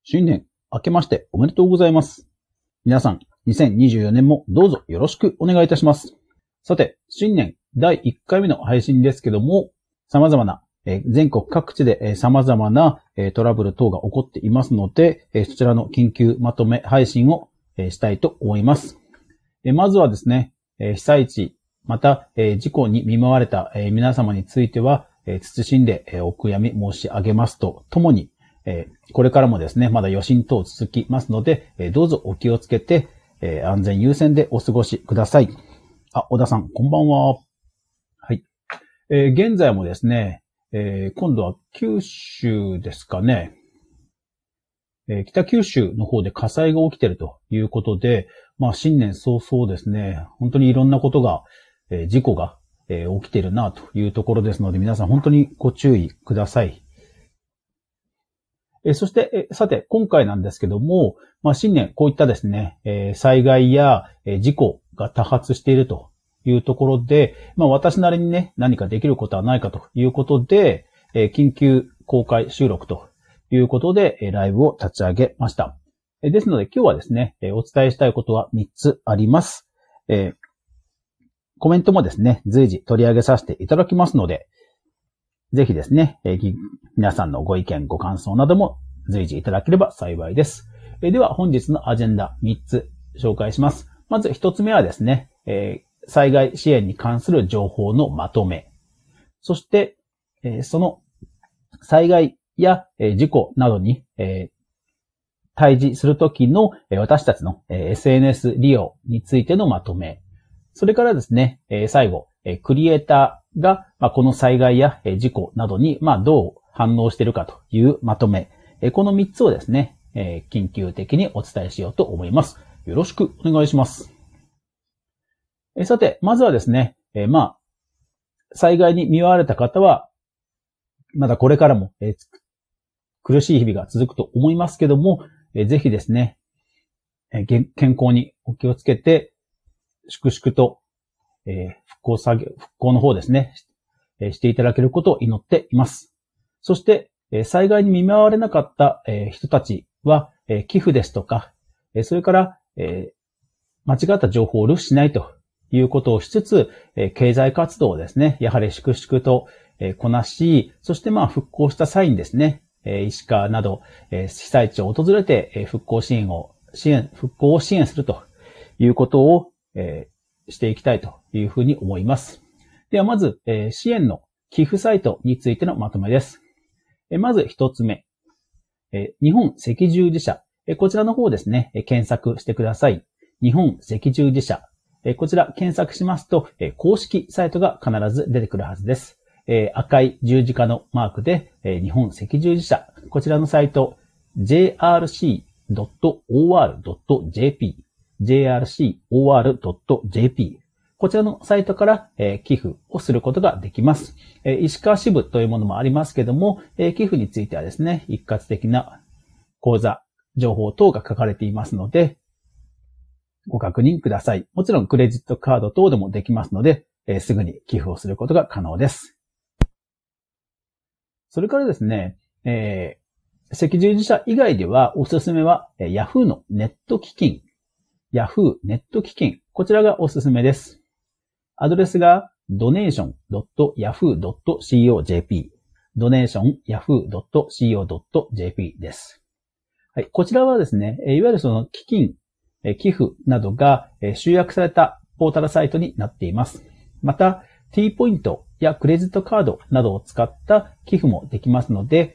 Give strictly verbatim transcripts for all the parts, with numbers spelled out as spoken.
新年明けましておめでとうございます。皆さん、にせんにじゅうよねんもどうぞよろしくお願いいたします。さて、新年だいいっかいめの配信ですけども、様々な、えー、全国各地で、えー、様々な、えー、トラブル等が起こっていますので、えー、そちらの緊急まとめ配信を、えー、したいと思います。えー、まずはですね、えー、被災地、また、えー、事故に見舞われた、えー、皆様については、えー、謹んで、えー、お悔やみ申し上げますとともに、えー、これからもですね、まだ余震等続きますので、えー、どうぞお気をつけて、えー、安全優先でお過ごしください。あ、小田さん、こんばんは。はい。えー、現在もですね、えー、今度は九州ですかね、えー。北九州の方で火災が起きているということで、まあ新年早々ですね、本当にいろんなことが、えー、事故が、えー、起きているなというところですので、皆さん本当にご注意ください。えー、そして、えー、さて、今回なんですけども、まあ新年こういったですね、えー、災害や、えー、事故が多発しているというところで、まあ私なりにね、何かできることはないかということで、えー、緊急公開収録ということで、えー、ライブを立ち上げました。えー、ですので今日はですね、えー、お伝えしたいことはみっつあります。えー、コメントもですね、随時取り上げさせていただきますので、ぜひですね、えー、皆さんのご意見、ご感想なども随時いただければ幸いです。えー、では本日のアジェンダみっつ紹介します。まずひとつめはですね、えー、災害支援に関する情報のまとめ。そして、えー、その災害や、えー、事故などに、えー、対峙するときの、えー、私たちの、えー、エスエヌエス 利用についてのまとめ。それからですね、えー、最後、えー、クリエイターが、まあ、この災害や、えー、事故などに、まあ、どう反応しているかというまとめ。えー、このみっつをですね、えー、緊急的にお伝えしようと思います。よろしくお願いします。えー、さて、まずはですね、えー、まあ、災害に見舞われた方は、まだこれからも、えー、苦しい日々が続くと思いますけども、えー、ぜひですね、えー、健康にお気をつけて、粛々と、えー、復興作業、復興の方ですね、えー、していただけることを祈っています。そして、えー、災害に見舞われなかった、えー、人たちは、えー、寄付ですとか、えー、それから、えー、間違った情報を流布しないということをしつつ、えー、経済活動をですね、やはり粛々と、えー、こなし、そしてまあ復興した際にですね、えー、石川など、えー、被災地を訪れて、えー、復興支援を、支援、復興を支援するということを、えー、していきたいというふうに思います。ではまず、えー、支援の寄付サイトについてのまとめです。えー、まず一つ目、えー、日本赤十字社、えー、こちらの方ですね、えー、検索してください。日本赤十字社、えー、こちら検索しますと、えー、公式サイトが必ず出てくるはずです。えー、赤い十字架のマークで、えー、日本赤十字社、こちらのサイト ジェイアールシードットオーアールドットジェーピージェイアールシーオーアールドットジェーピー こちらのサイトから、えー、寄付をすることができます。えー、石川支部というものもありますけども、えー、寄付についてはですね、一括的な口座、情報等が書かれていますので、ご確認ください。もちろんクレジットカード等でもできますので、えー、すぐに寄付をすることが可能です。それからですね、えー、赤十字社以外ではおすすめは、えー、Yahoo のネット基金。Yahoo ネット基金。こちらがおすすめです。アドレスが ドネーションドットヤフードットシーオージェーピー ドネーションヤフードットシーオードットジェーピー です。はい。こちらはですね、いわゆるその基金、寄付などが集約されたポータルサイトになっています。また、T ポイントやクレジットカードなどを使った寄付もできますので、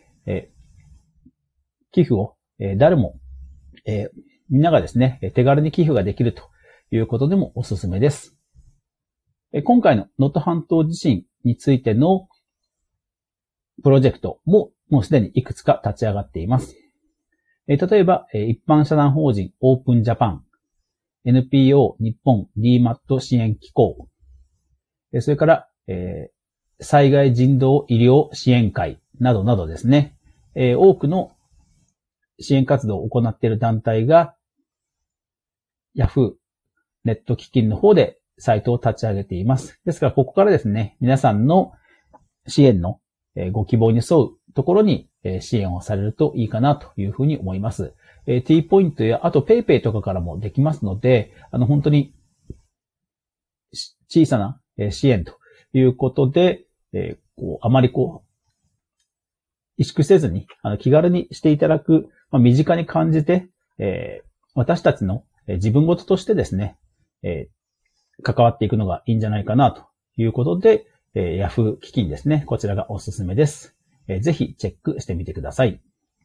寄付を誰も、みんながですね、手軽に寄付ができるということでもおすすめです。今回の能登半島地震についてのプロジェクトももうすでにいくつか立ち上がっています。例えば、一般社団法人オープンジャパン、エヌピーオー 日本 ディーマット 支援機構、それから、災害人道医療支援会などなどですね、多くの支援活動を行っている団体が Yahoo ネット基金の方でサイトを立ち上げています。ですから、ここからですね、皆さんの支援のご希望に沿うところにえー、支援をされるといいかなというふうに思います。えー、T ポイントや、あと PayPay とかからもできますので、あの、本当に小さな支援ということで、えー、こうあまりこう、萎縮せずに、あの、気軽にしていただく、まあ、身近に感じて、えー、私たちの自分事としてですね、えー、関わっていくのがいいんじゃないかなということで、えー、Yahoo 基金ですね。こちらがおすすめです。えー、ぜひチェックしてみてください。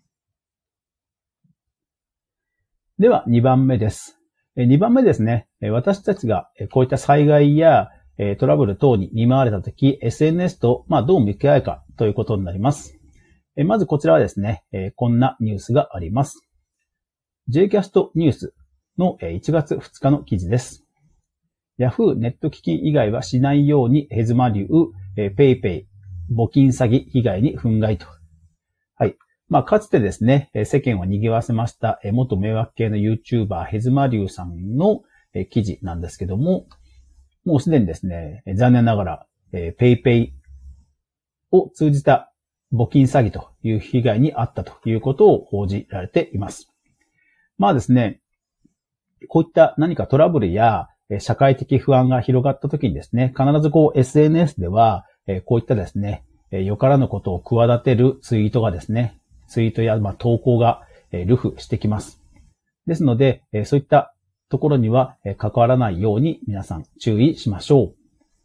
ではにばんめです。えー、にばんめですね。私たちがこういった災害やトラブル等に見舞われたとき、エスエヌエス と、まあ、どう向き合うかということになります。えー、まずこちらはですね、えー、こんなニュースがあります。ジェイキャスト ニュースのいちがつふつかの記事です。Yahoo ネット基金以外はしないようにヘズマ流、PayPay、募金詐欺被害に憤慨と。はい。まあ、かつてですね、世間を賑わせました元迷惑系の YouTuber ヘズマ流さんの記事なんですけども、もうすでにですね、残念ながら PayPay を通じた募金詐欺という被害に遭ったということを報じられています。まあですね、こういった何かトラブルや社会的不安が広がった時にですね、必ずこう エスエヌエス では、こういったですね、よからぬことを企てるツイートがですね、ツイートやまあ投稿が流布してきます。ですので、そういったところには関わらないように皆さん注意しましょう。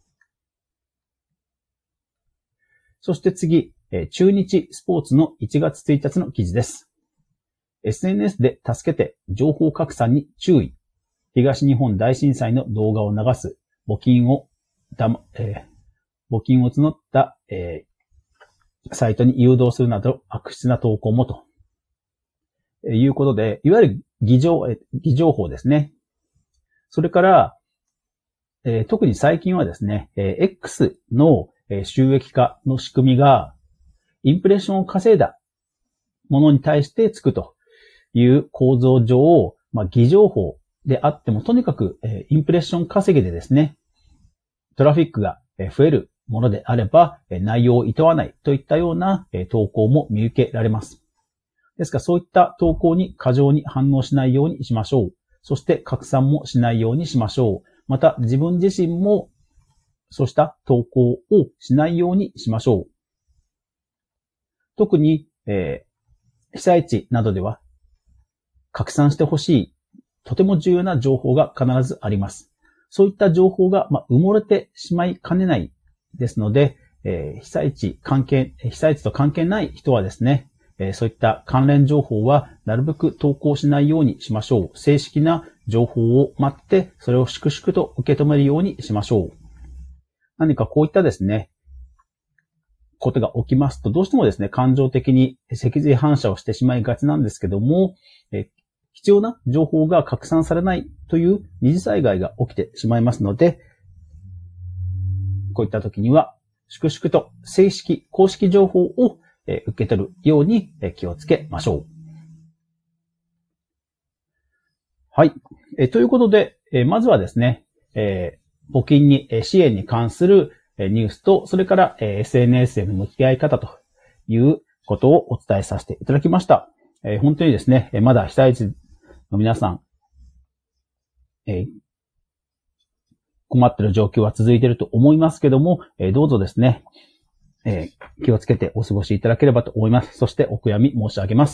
そして次、中日スポーツのいちがつついたちの記事です。エスエヌエス で助けて情報拡散に注意。東日本大震災の動画を流す。募金をだ、えー、募金を募った、えー、サイトに誘導するなど悪質な投稿もと、えー、いうことで、いわゆる偽情、えー、偽情報ですね。それから、えー、特に最近はですね、えー、X の収益化の仕組みがインプレッションを稼いだものに対してつくと。いう構造上、まあ、偽情報であっても、とにかく、えー、インプレッション稼ぎでですね、トラフィックが増えるものであれば、内容を厭わないといったような投稿も見受けられます。ですから、そういった投稿に過剰に反応しないようにしましょう。そして、拡散もしないようにしましょう。また、自分自身も、そうした投稿をしないようにしましょう。特に、えー、被災地などでは、拡散してほしい、とても重要な情報が必ずあります。そういった情報が、まあ、埋もれてしまいかねないですので、えー、被災地関係、被災地と関係ない人はですね、えー、そういった関連情報はなるべく投稿しないようにしましょう。正式な情報を待って、それを粛々と受け止めるようにしましょう。何かこういったですね、ことが起きますと、どうしてもですね、感情的に脊髄反射をしてしまいがちなんですけども、えー必要な情報が拡散されないという二次災害が起きてしまいますので、こういった時には、粛々と正式、公式情報を受け取るように気をつけましょう。はい。えということで、まずはですね、え募金に、支援に関するニュースと、それから エスエヌエス への向き合い方ということをお伝えさせていただきました。本当にですね、まだ被災地の皆さん、えー、困っている状況は続いていると思いますけども、えー、どうぞですね、えー、気をつけてお過ごしいただければと思います。そしてお悔やみ申し上げます。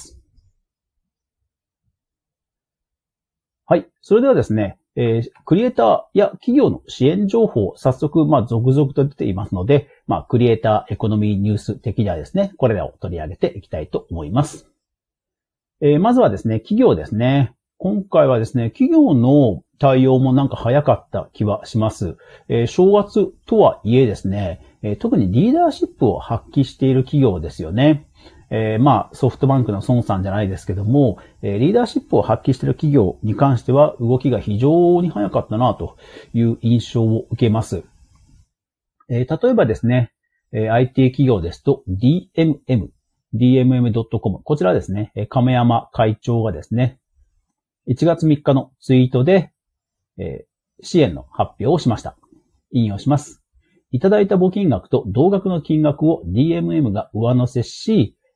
はい。それではですね、えー、クリエイターや企業の支援情報、早速、まあ、続々と出ていますので、まあ、クリエイターエコノミーニュース的にはですね、これらを取り上げていきたいと思います。えー、まずはですね、企業ですね。今回はですね、企業の対応もなんか早かった気はします。えー、正月とはいえですね、えー、特にリーダーシップを発揮している企業ですよね。えー、まあ、ソフトバンクの孫さんじゃないですけども、えー、リーダーシップを発揮している企業に関しては動きが非常に早かったなという印象を受けます。えー、例えばですね、えー、アイティー 企業ですと ディーエムエム、ディーエムエムドットコム、こちらですね、亀山会長がですね、いちがつみっかのツイートで、えー、支援の発表をしました。引用します。いただいた募金額と同額の金額を ディーエムエム が上乗せし、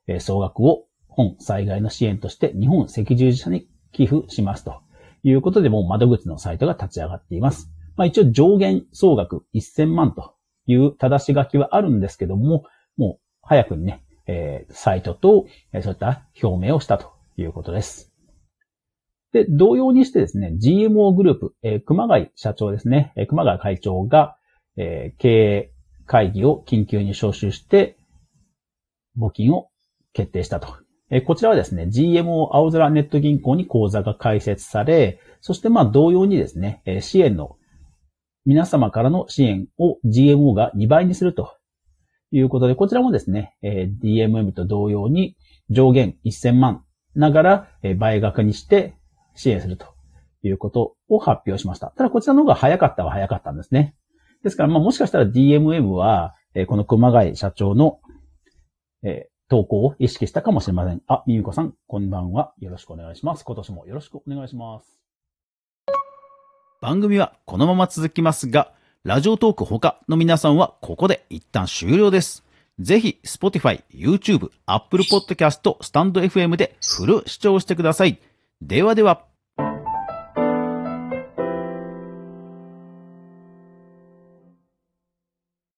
えー、総額を本災害の支援として日本赤十字社に寄付しますということで、もう窓口のサイトが立ち上がっています。まあ一応上限総額せんまんという正し書きはあるんですけども、もう早くにね、えー、サイトと、えー、そういった表明をしたということです。で、同様にしてですね、ジーエムオー グループ、えー、熊谷社長ですね、えー、熊谷会長が、えー、経営会議を緊急に招集して、募金を決定したと。えー、こちらはですね、ジーエムオー 青空ネット銀行に口座が開設され、そしてまあ同様にですね、えー、支援の皆様からの支援を ジーエムオー がにばいにするということで、こちらもですね、ディーエムエム と同様に上限せんまんながら倍額にして支援するということを発表しました。ただこちらの方が早かったは早かったんですね。ですから、まあもしかしたら ディーエムエム はこの熊谷社長の投稿を意識したかもしれません。あ、みみこさん、こんばんは。よろしくお願いします。今年もよろしくお願いします。番組はこのまま続きますが、ラジオトーク他の皆さんはここで一旦終了です。ぜひ Spotify、YouTube、Apple Podcast、スタンドエフエム でフル視聴してください。ではでは。